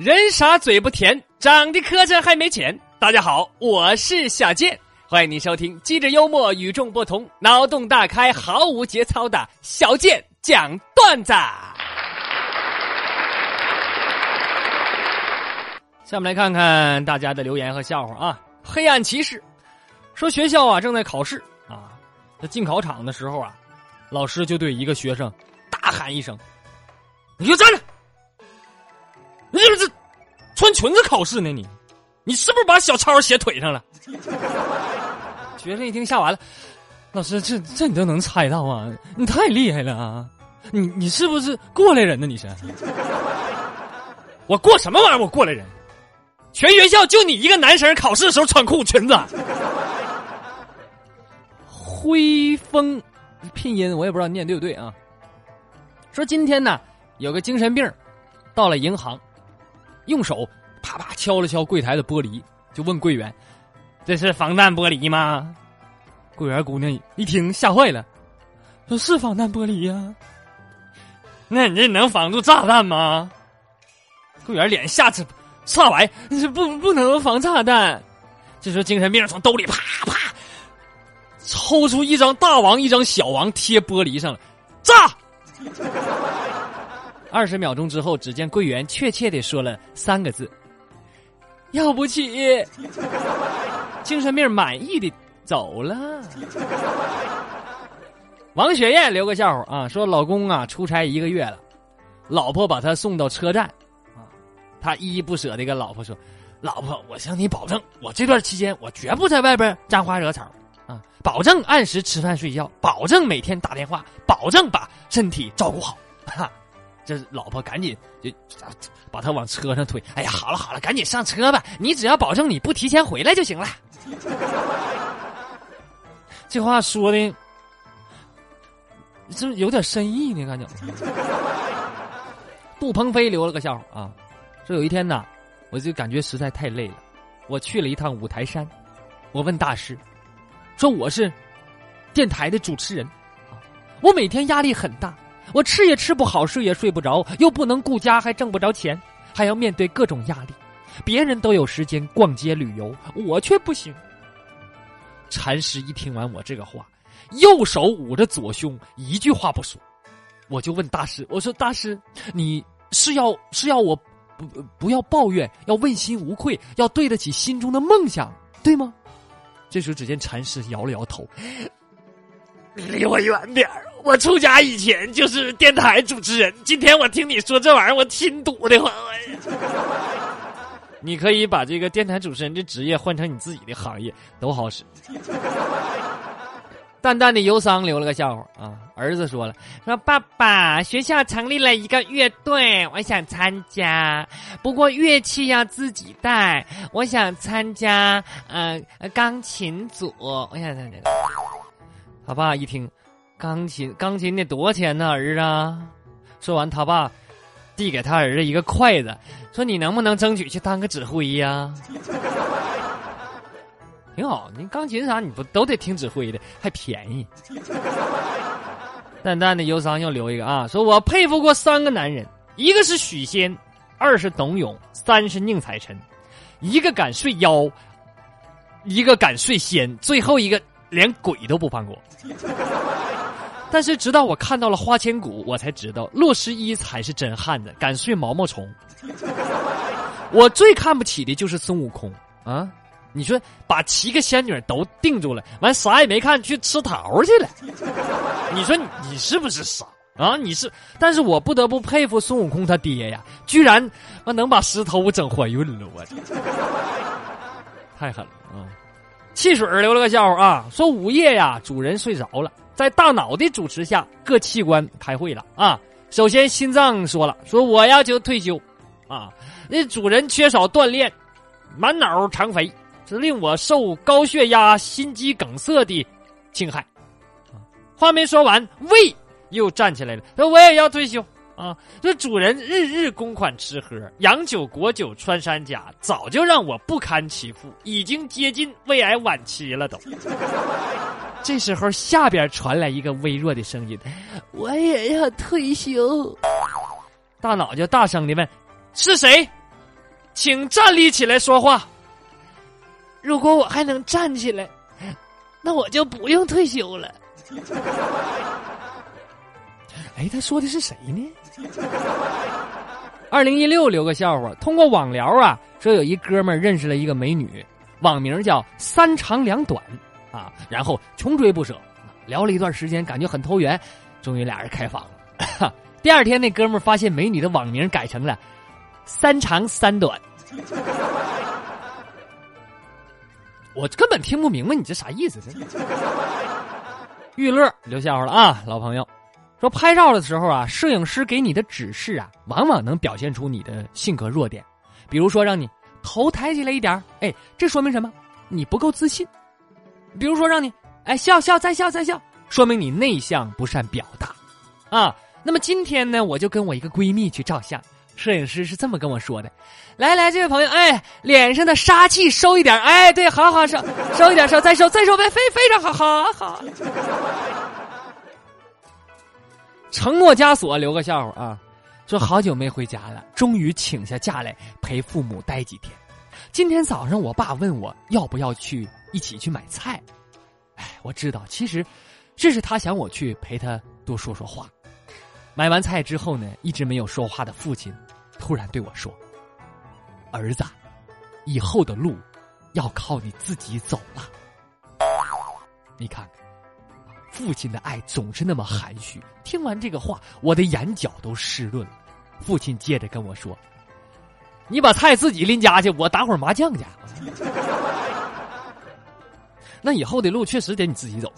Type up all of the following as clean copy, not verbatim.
人傻嘴不甜，长得磕碜还没钱。大家好，我是小健，欢迎你收听机智幽默与众不同脑洞大开毫无节操的小健讲段子。下面来看看大家的留言和笑话啊。黑暗骑士说，学校啊正在考试啊，在进考场的时候啊，老师就对一个学生大喊一声：“你给我站着！你是不是穿裙子考试呢？你是不是把小抄写腿上了？”学生一听吓完了，老师这你都能猜到啊？你太厉害了啊！你是不是过来人呢？你是？我过什么玩意儿？我过来人？全学校就你一个男生考试的时候穿裤裙子。辉风拼音我也不知道念对不对啊。说今天呢有个精神病到了银行，用手啪啪敲了敲柜台的玻璃，就问柜员：“这是防弹玻璃吗？”柜员姑娘一听吓坏了，说：“是防弹玻璃呀。”“那你这能防住炸弹吗？”柜员脸吓歪，是不能防炸弹。这时候精神病从兜里啪啪抽出一张大王一张小王贴玻璃上了，炸！20秒钟之后，只见柜员确切地说了3个字：“要不起。”精神病满意的走了。王雪艳留个笑话啊，说老公啊出差1个月了，老婆把他送到车站啊，他依依不舍地跟老婆说：“老婆，我向你保证，我这段期间我绝不在外边沾花惹草啊，保证按时吃饭睡觉，保证每天打电话，保证把身体照顾好。”哈，这老婆赶紧就把他往车上推。哎呀，好了，赶紧上车吧，你只要保证你不提前回来就行了。这话说的是不是有点深意呢？感觉。杜鹏飞留了个笑话啊，说有一天呢，我就感觉实在太累了，我去了一趟五台山，我问大师，说我是电台的主持人啊，我每天压力很大。我吃也吃不好，睡也睡不着，又不能顾家，还挣不着钱，还要面对各种压力。别人都有时间逛街旅游，我却不行。禅师一听完我这个话，右手捂着左胸，一句话不说。我就问大师，我说大师，你是要我不要抱怨，要问心无愧，要对得起心中的梦想，对吗？这时候只见禅师摇了摇头，你离我远点儿，我出家以前就是电台主持人，今天我听你说这玩意儿，我心堵的慌。你可以把这个电台主持人的职业换成你自己的行业，都好使。淡淡的忧伤留了个笑话啊，儿子说爸爸，学校成立了一个乐队，我想参加，不过乐器要自己带，我想参加钢琴组，我想参加。他爸一听，钢琴得多少钱呢，儿啊？说完，他爸递给他儿子一个筷子，说：“你能不能争取去当个指挥呀？”挺好，你钢琴啥你不都得听指挥的，还便宜。淡淡的忧伤又留一个啊，说我佩服过3个男人，一个是许仙，2是董永，3是宁采臣，一个敢睡妖，一个敢睡仙，最后一个连鬼都不放过。但是直到我看到了花千骨，我才知道骆十一才是真汉子，敢睡毛毛虫。我最看不起的就是孙悟空啊！你说把7个仙女都定住了，完啥也没看，去吃桃去了。你说你是不是傻啊？你是，但是我不得不佩服孙悟空他爹呀，居然能把石头整怀孕了，我太狠了啊！汽水留了个笑话啊，说午夜呀，主人睡着了，在大脑的主持下，各器官开会了啊。首先心脏说我要求退休啊，那主人缺少锻炼，满脑肠肥，这令我受高血压、心肌梗塞的侵害。话没说完，胃又站起来了，说我也要退休啊！这主人日日公款吃喝，洋酒果酒穿山甲，早就让我不堪其负，已经接近胃癌晚期了都。这时候下边传来一个微弱的声音：“我也要退休。”大脑就大声地问：“是谁？” 请站立起来说话。如果我还能站起来，那我就不用退休了。哎，他说的是谁呢？2016留个笑话，通过网聊啊，说有一哥们儿认识了一个美女，网名叫3长2短啊，然后穷追不舍，聊了一段时间，感觉很投缘，终于俩人开房了。第二天，那哥们儿发现美女的网名改成了3长3短。我根本听不明白你这啥意思。玉乐留笑话了啊，老朋友说拍照的时候啊，摄影师给你的指示啊，往往能表现出你的性格弱点。比如说让你头抬起来一点，哎，这说明什么？你不够自信。比如说让你笑再笑，说明你内向不善表达啊。那么今天呢，我就跟我一个闺蜜去照相，摄影师是这么跟我说的：来，这位朋友，脸上的杀气收一点，对，好收一点，再收，非常好。承诺枷锁留个笑话啊，说好久没回家了，终于请下假来陪父母待几天。今天早上我爸问我要不要一起去买菜，我知道其实这是他想我去陪他多说说话。买完菜之后呢，一直没有说话的父亲突然对我说：儿子，以后的路要靠你自己走了。你看看父亲的爱总是那么含蓄。听完这个话，我的眼角都湿润了。父亲接着跟我说：你把菜自己拎家去，我打会儿麻将去。那以后的路确实得你自己走。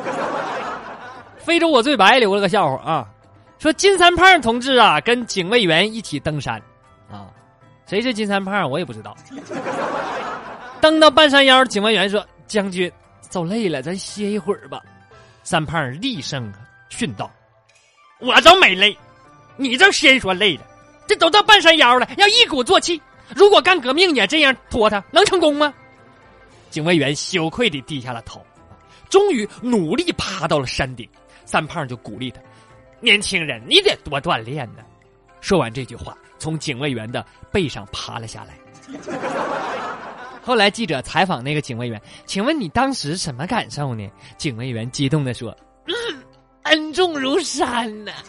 非洲我最白留了个笑话啊，说金三胖同志啊跟警卫员一起登山啊，谁是金三胖我也不知道。登到半山腰，警卫员说：将军走累了，咱歇一会儿吧。三胖厉声训道：我都没累，你这先说累了，这都到半山腰了，要一鼓作气，如果干革命也这样拖他，能成功吗？警卫员羞愧地低下了头，终于努力爬到了山顶。三胖就鼓励他：年轻人，你得多锻炼呢。说完这句话，从警卫员的背上爬了下来。后来记者采访那个警卫员：请问你当时什么感受呢？警卫员激动地说：恩重如山呢。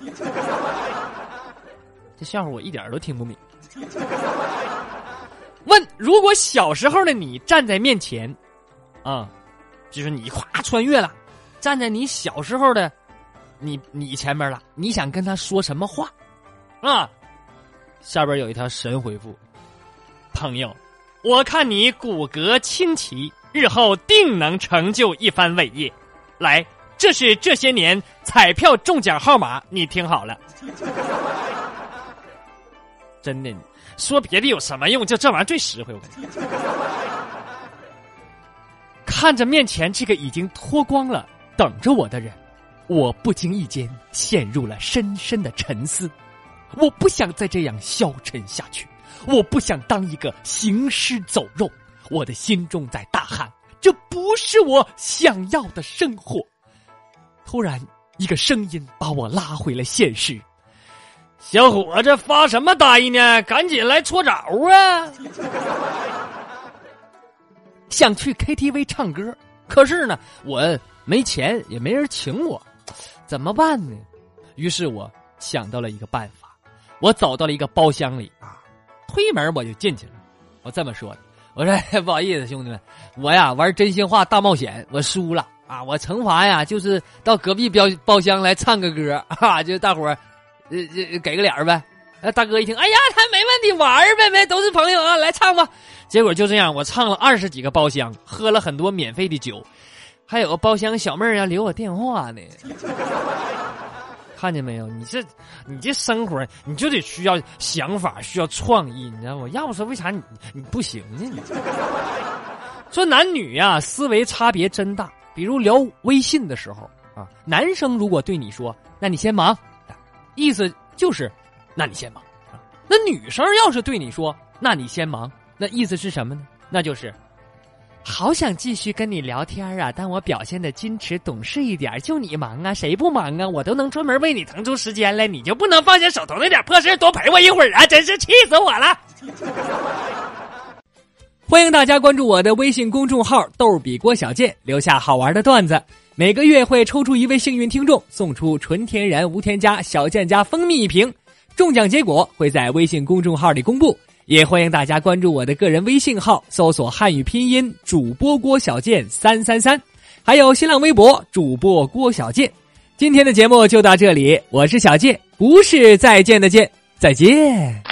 这笑话我一点都听不明。问：如果小时候的你站在面前啊，就是你咵穿越了，站在你小时候的你前面了，你想跟他说什么话啊？下边有一条神回复：朋友，我看你骨骼清奇，日后定能成就一番伟业。来，这是这些年彩票中奖号码，你听好了。真的，说别的有什么用？就这玩意儿最实惠，我感觉。看着面前这个已经脱光了等着我的人，我不经意间陷入了深深的沉思。我不想再这样消沉下去，我不想当一个行尸走肉。我的心中在大喊：这不是我想要的生活。突然一个声音把我拉回了现实：小伙子发什么呆呢？赶紧来搓澡啊！想去 KTV 唱歌，可是呢我没钱，也没人请我，怎么办呢？于是我想到了一个办法，我走到了一个包厢里啊，推门我就进去了。我这么说的：我说不好意思兄弟们，我呀玩真心话大冒险，我输了啊，我惩罚呀就是到隔壁包厢来唱个歌啊，就大伙儿给个脸呗。大哥一听，哎呀他没问题，玩呗，都是朋友啊，来唱吧。结果就这样，我唱了20几个包厢，喝了很多免费的酒，还有个包厢小妹儿要留我电话呢。看见没有？你这生活你就得需要想法，需要创意，你知道吗？要不说为啥你不行呢？你说男女呀思维差别真大。比如聊微信的时候啊，男生如果对你说那你先忙，意思就是那你先忙。那女生要是对你说那你先忙，那意思是什么呢？那就是好想继续跟你聊天啊，但我表现的矜持懂事一点，就你忙啊，谁不忙啊？我都能专门为你腾出时间来，你就不能放下手头那点破事多陪我一会儿啊？真是气死我了。 欢迎大家关注我的微信公众号逗比郭小贱，留下好玩的段子。每个月会抽出一位幸运听众，送出纯天然无添加小贱家蜂蜜1瓶，中奖结果会在微信公众号里公布。也欢迎大家关注我的个人微信号，搜索汉语拼音主播郭小贱333，还有新浪微博主播郭小贱。今天的节目就到这里，我是小贱，不是再见的见，再见。